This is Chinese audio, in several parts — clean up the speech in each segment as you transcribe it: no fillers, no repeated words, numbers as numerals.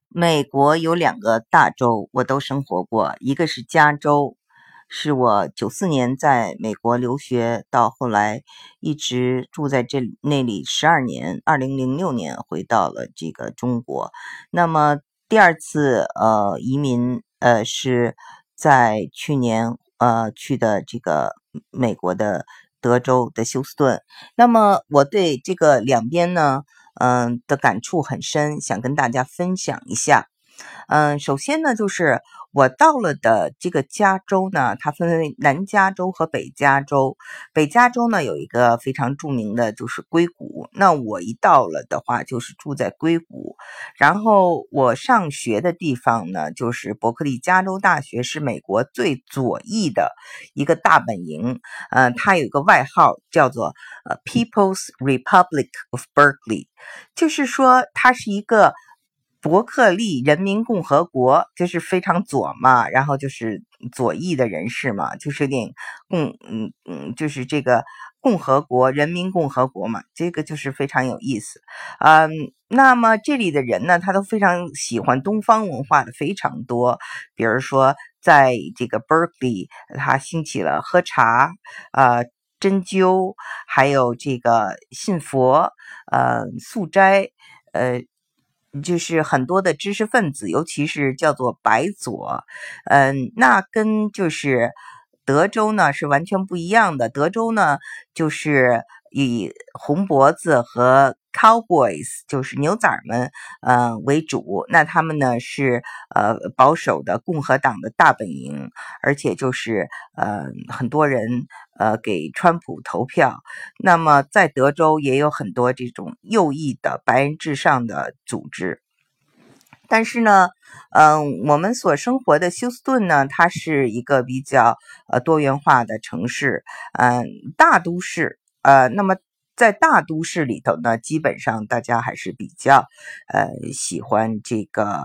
美国有2个大州我都生活过，一个是加州，是我94年在美国留学，到后来一直住在那里12年，2006年回到了这个中国。那么第二次移民是在去年去的这个美国的德州的休斯顿。那么我对这个两边呢的感触很深，想跟大家分享一下。首先呢，就是我到了的这个加州呢，它分为南加州和北加州。北加州呢有一个非常著名的就是硅谷，那我一到了的话就是住在硅谷。然后我上学的地方呢，就是伯克利加州大学，是美国最左翼的一个大本营。它有一个外号叫做People's Republic of Berkeley， 就是说它是一个伯克利人民共和国，就是非常左嘛，然后就是左翼的人士嘛，就是有点就是这个共和国，人民共和国嘛，这个就是非常有意思。那么这里的人呢，他都非常喜欢东方文化的非常多，比如说在这个 Berkeley， 他兴起了喝茶，针灸，还有这个信佛，素斋，就是很多的知识分子，尤其是叫做白左，那跟就是德州呢是完全不一样的。德州呢就是以红脖子和 Cowboys， 就是牛仔们为主，那他们呢是保守的共和党的大本营，而且就是很多人给川普投票。那么在德州也有很多这种右翼的白人至上的组织。但是呢，我们所生活的休斯顿呢，它是一个比较多元化的城市，大都市。那么在大都市里头呢，基本上大家还是比较喜欢这个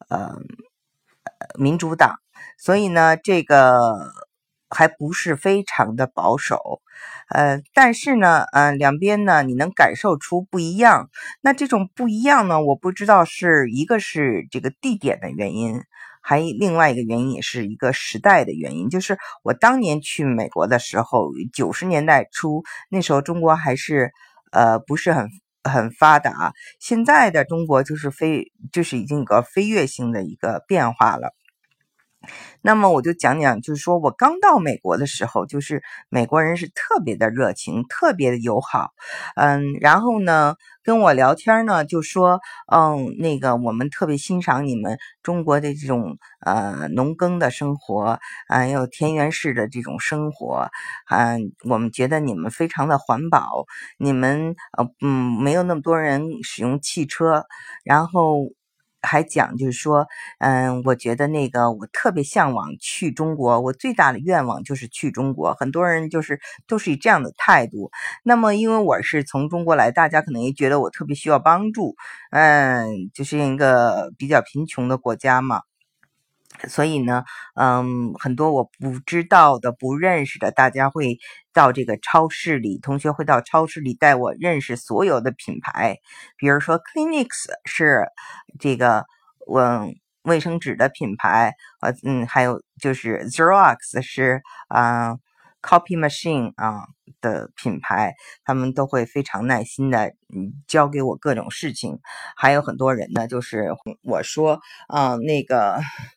民主党，所以呢，这个还不是非常的保守。但是呢，两边呢，你能感受出不一样。那这种不一样呢，我不知道是一个是这个地点的原因，还另外一个原因也是一个时代的原因。就是我当年去美国的时候，90年代初，那时候中国还是不是很发达。现在的中国就是已经有个飞跃性的一个变化了。那么我就讲讲，就是说我刚到美国的时候，就是美国人是特别的热情，特别的友好，然后呢跟我聊天呢，就说，那个我们特别欣赏你们中国的这种农耕的生活，还有田园式的这种生活，我们觉得你们非常的环保，你们没有那么多人使用汽车，然后还讲就是说，我觉得那个我特别向往去中国，我最大的愿望就是去中国。很多人都是以这样的态度。那么因为我是从中国来，大家可能也觉得我特别需要帮助，就是一个比较贫穷的国家嘛。所以呢，很多我不知道的、不认识的，大家会到这个超市里，同学会到超市里带我认识所有的品牌，比如说 Kleenex 是这个卫生纸的品牌，还有就是 Xerox 是Copy Machine 的品牌，他们都会非常耐心的教给我各种事情。还有很多人呢，就是我说那个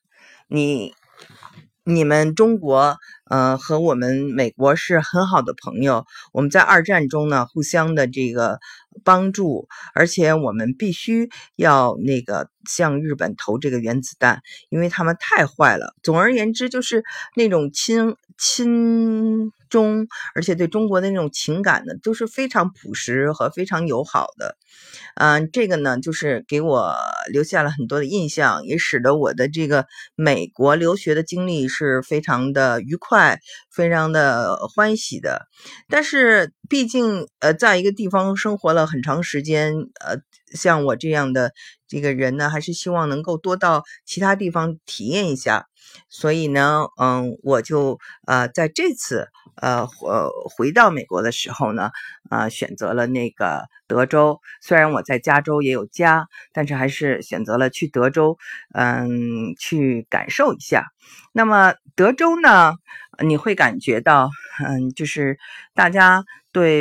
你们中国和我们美国是很好的朋友，我们在二战中呢互相的这个帮助，而且我们必须要那个向日本投这个原子弹，因为他们太坏了。总而言之，就是那种亲中，而且对中国的那种情感呢，都是非常朴实和非常友好的。这个呢，就是给我留下了很多的印象，也使得我的这个美国留学的经历是非常的愉快，非常的欢喜的。但是毕竟在一个地方生活了很长时间，像我这样的这个人呢，还是希望能够多到其他地方体验一下。所以呢，我就在这次回到美国的时候呢，选择了那个德州。虽然我在加州也有家，但是还是选择了去德州，去感受一下。那么德州呢，你会感觉到，就是大家对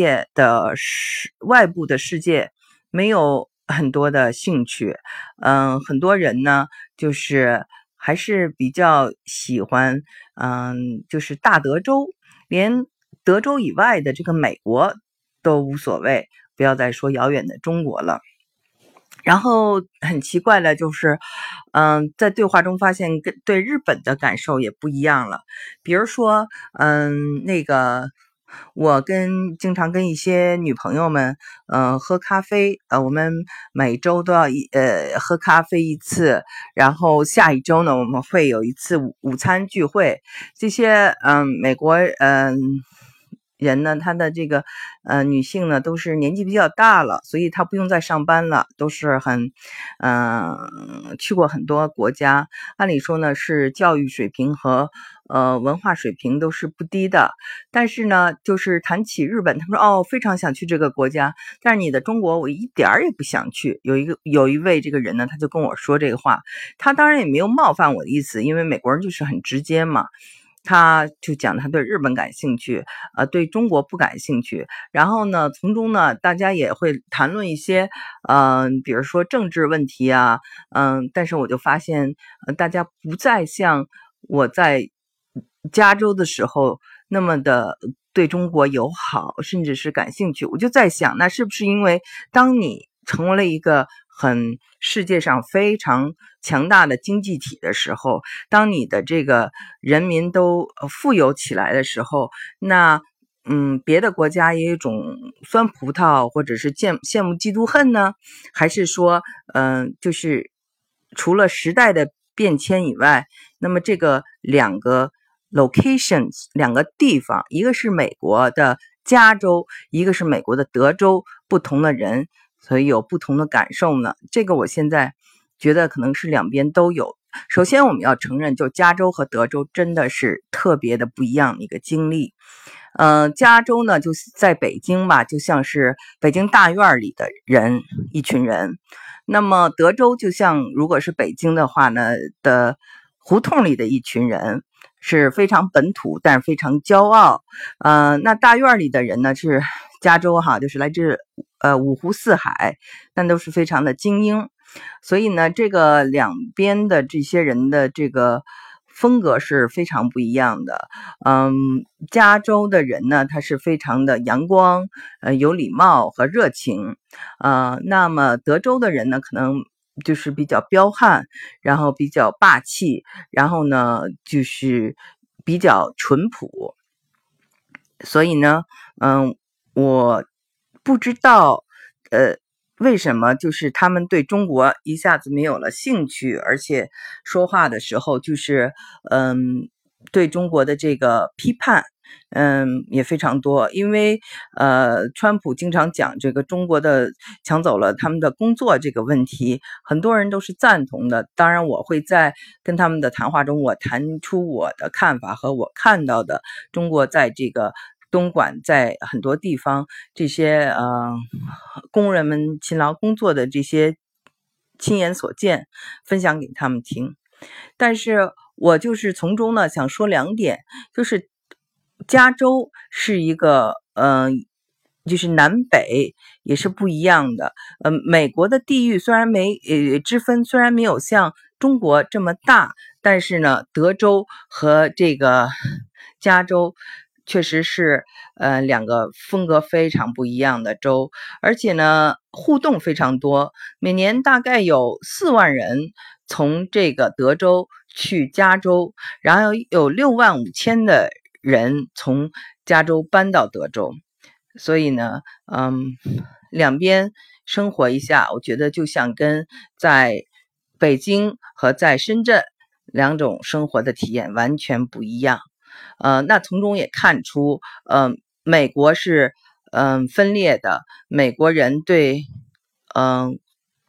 外部的世界没有很多的兴趣，很多人呢，就是还是比较喜欢，就是大德州，连德州以外的这个美国都无所谓，不要再说遥远的中国了。然后很奇怪的就是，在对话中发现跟对日本的感受也不一样了。比如说，那个我经常跟一些女朋友们，喝咖啡，我们每周都要喝咖啡一次，然后下一周呢，我们会有一次午餐聚会。这些美国人呢，他的这个女性呢都是年纪比较大了，所以她不用再上班了，都是很去过很多国家，按理说呢是教育水平和文化水平都是不低的。但是呢，就是谈起日本，他们说非常想去这个国家，但是你的中国我一点儿也不想去。有一位这个人呢，他就跟我说这个话，他当然也没有冒犯我的意思，因为美国人就是很直接嘛。他就讲他对日本感兴趣，对中国不感兴趣。然后呢，从中呢，大家也会谈论一些，比如说政治问题啊，但是我就发现，大家不再像我在加州的时候那么的对中国友好，甚至是感兴趣。我就在想，那是不是因为当你成为了一个世界上非常强大的经济体的时候，当你的这个人民都富有起来的时候，那别的国家也有一种酸葡萄或者是羡慕嫉妒恨呢？还是说就是除了时代的变迁以外，那么这个两个 locations 两个地方，一个是美国的加州，一个是美国的德州，不同的人所以有不同的感受呢。这个我现在觉得可能是两边都有。首先我们要承认，就加州和德州真的是特别的不一样的一个经历。加州呢就在北京吧，就像是北京大院里的人一群人。那么德州就像如果是北京的话呢的胡同里的一群人，是非常本土但是非常骄傲。那大院里的人呢是加州就是来自五湖四海，但都是非常的精英。所以呢，这个两边的这些人的这个风格是非常不一样的。加州的人呢，他是非常的阳光、有礼貌和热情。那么德州的人呢，可能就是比较彪悍，然后比较霸气，然后呢就是比较淳朴。所以呢，我不知道为什么就是他们对中国一下子没有了兴趣，而且说话的时候就是对中国的这个批判也非常多。因为川普经常讲这个中国的抢走了他们的工作这个问题，很多人都是赞同的。当然我会在跟他们的谈话中，我谈出我的看法和我看到的中国在这个东莞在很多地方这些工人们勤劳工作的这些亲眼所见，分享给他们听。但是我就是从中呢想说两点，就是加州是一个就是南北也是不一样的。美国的地域虽然之分虽然没有像中国这么大，但是呢，德州和这个加州确实是两个风格非常不一样的州，而且呢互动非常多。每年大概有4万人从这个德州去加州，然后有6.5万的人从加州搬到德州。所以呢两边生活一下，我觉得就像跟在北京和在深圳两种生活的体验完全不一样。那从中也看出美国是分裂的，美国人对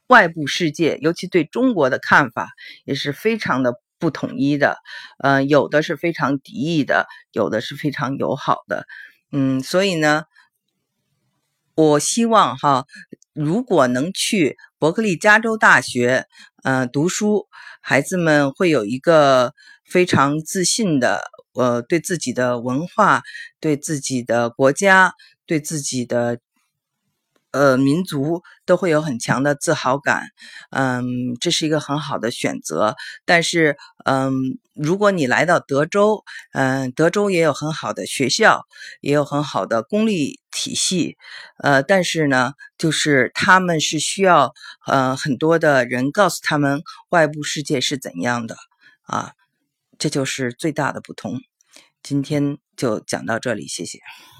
外部世界，尤其对中国的看法也是非常的不统一的，有的是非常敌意的，有的是非常友好的，所以呢，我希望如果能去伯克利加州大学读书，孩子们会有一个非常自信的对自己的文化、对自己的国家、对自己的民族都会有很强的自豪感，这是一个很好的选择。但是，如果你来到德州，德州也有很好的学校，也有很好的公立体系，但是呢，就是他们是需要很多的人告诉他们外部世界是怎样的啊，这就是最大的不同。今天就讲到这里，谢谢。